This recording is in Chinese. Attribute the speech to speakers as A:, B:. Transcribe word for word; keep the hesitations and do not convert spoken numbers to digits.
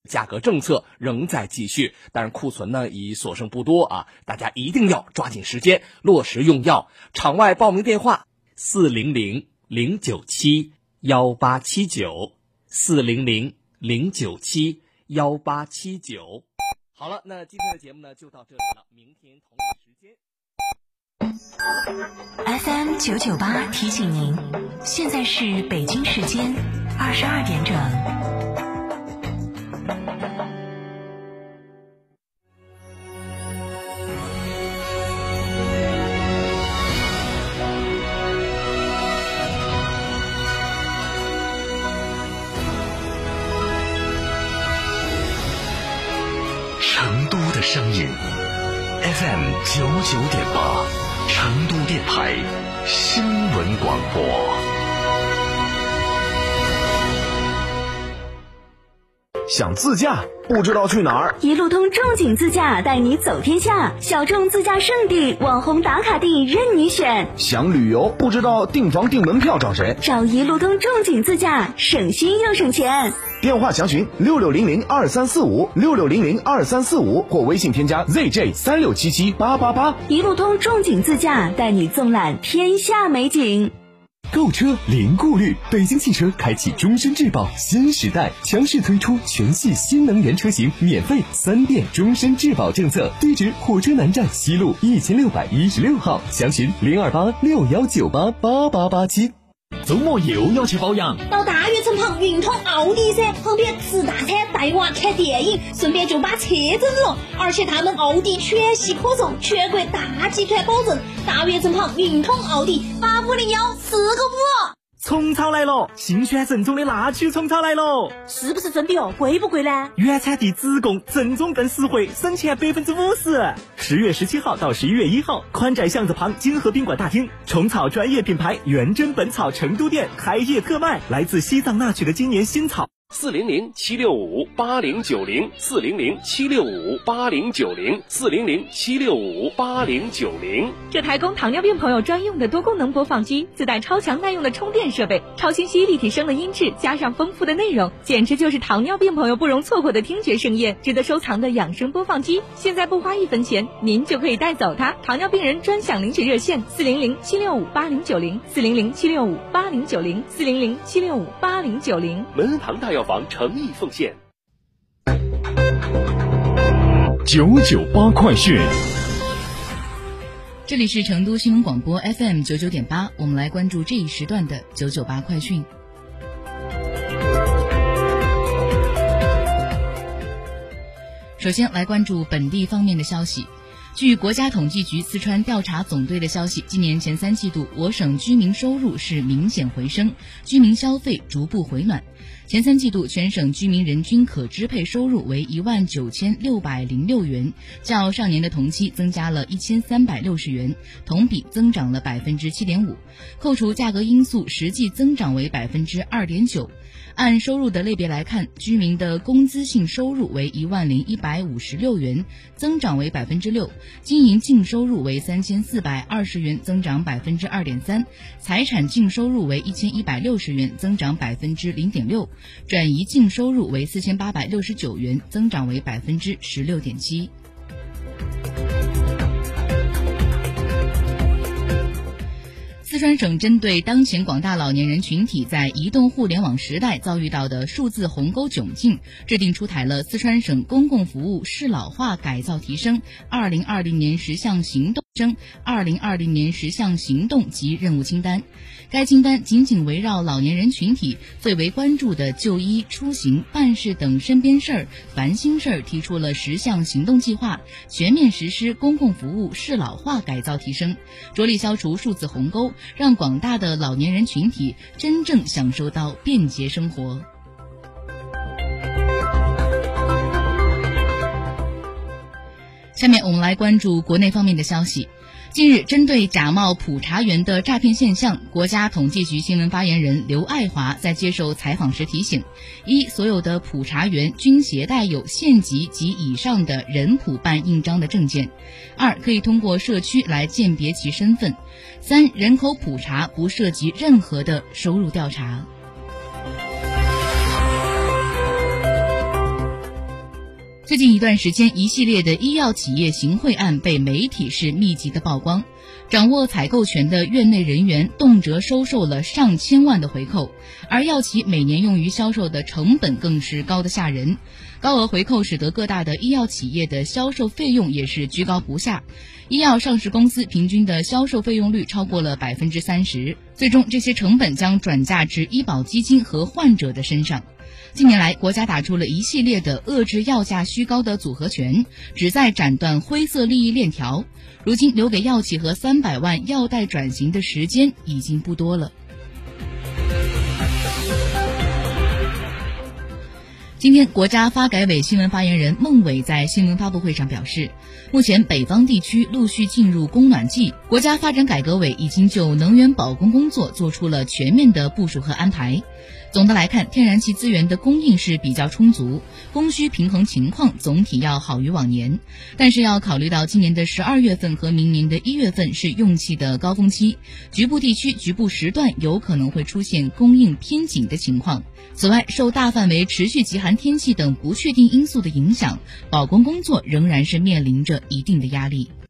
A: 价格政策仍在继续，但是库存呢已所剩不多啊，大家一定要抓紧时间落实用药。场外报名电话四零零零九七幺八七九四零零零九七幺八七九。好了，那今天的节目呢就到这里了，明天同一时间。
B: F M 九九八提醒您，现在是北京时间二十二点整。
C: 成都的声音 F M 九九点八，成都电台新闻广播。
D: 想自驾不知道去哪儿？
E: 一路通众景自驾带你走天下，小众自驾胜地、网红打卡地任你选。
D: 想旅游不知道订房订门票找谁？
E: 找一路通众景自驾，省心又省钱。
D: 电话详询六六零零二三四五六六零零二三四五或微信添加 Z J 三六七七八八八。
E: 一路通众景自驾带你纵览天下美景。
F: 购车零顾虑，北京汽车开启终身质保新时代，强势推出全系新能源车型免费三电终身质保政策。地址：火车南站西路一千六百一十六号，详询零二八六幺九八八八八七。
G: 周末又要去保养，
H: 到大悦城旁运通奥迪噻，旁边吃大餐带娃看电影，顺便就把车整了。而且他们奥迪全系可送，全国大集团保证。大悦城旁运通奥迪八五零幺四个五。
G: 虫草来了，新选正宗的蜡曲虫草来了，
H: 是不是真的哦？贵不贵呢？
G: 原产地直供，正宗更实惠，省钱百分之五十。十月十七号到十一月一号，宽窄巷子旁金河宾馆大厅，虫草专业品牌元真本草成都店开业特卖，来自西藏那曲的今年新草。
I: 四零零七六五八零九零四零零七六五八零九零四零零七六五八零九零。
J: 这台供糖尿病朋友专用的多功能播放机，自带超强耐用的充电设备，超清晰立体声的音质，加上丰富的内容，简直就是糖尿病朋友不容错过的听觉盛宴，值得收藏的养生播放机。现在不花一分钱，您就可以带走它。糖尿病人专享领取热线：四零零七六五八零九零四零零七六五八零九零四零零七六五八零九零。
I: 门恩堂大药房诚意奉献。
C: 九九八快讯，
K: 这里是成都新闻广播 F M 九九点八，我们来关注这一时段的九九八快讯。首先来关注本地方面的消息。据国家统计局四川调查总队的消息，今年前三季度我省居民收入是明显回升，居民消费逐步回暖。前三季度全省居民人均可支配收入为一万九千六百零六元，较上年的同期增加了一千三百六十元，同比增长了百分之七点五。扣除价格因素，实际增长为百分之二点九。按收入的类别来看，居民的工资性收入为一万零一百五十六元，增长为百分之六；经营净收入为三千四百二十元，增长百分之二点三；财产净收入为一千一百六十元，增长百分之零点六；转移净收入为四千八百六十九元，增长为百分之十六点七。四川省针对当前广大老年人群体在移动互联网时代遭遇到的数字鸿沟窘境，制定出台了四川省公共服务适老化改造提升二零二零年十项行动征二零二零年十项行动及任务清单。该清单紧紧围绕老年人群体最为关注的就医、出行、办事等身边事儿、烦心事儿提出了十项行动计划，全面实施公共服务适老化改造提升，着力消除数字鸿沟，让广大的老年人群体真正享受到便捷生活。下面我们来关注国内方面的消息。近日，针对假冒普查员的诈骗现象，国家统计局新闻发言人刘爱华在接受采访时提醒：一、所有的普查员均携带有县级及以上的人普办印章的证件；二、可以通过社区来鉴别其身份；三、人口普查不涉及任何的收入调查。 最近一段时间，一系列的医药企业行贿案被媒体是密集的曝光，掌握采购权的院内人员动辄收受了上千万的回扣，而药企每年用于销售的成本更是高得吓人。高额回扣使得各大的医药企业的销售费用也是居高不下，医药上市公司平均的销售费用率超过了百分之三十，最终这些成本将转嫁至医保基金和患者的身上。近年来，国家打出了一系列的遏制药价虚高的组合拳，旨在斩断灰色利益链条。如今留给药企和三百万药代转型的时间已经不多了。今天，国家发改委新闻发言人孟伟在新闻发布会上表示，目前北方地区陆续进入供暖季，国家发展改革委已经就能源保供工作做出了全面的部署和安排。总的来看，天然气资源的供应是比较充足，供需平衡情况总体要好于往年。但是要考虑到今年的十二月份和明年的一月份是用气的高峰期，局部地区局部时段有可能会出现供应偏紧的情况。此外，受大范围持续极寒天气等不确定因素的影响，保供工作仍然是面临着一定的压力。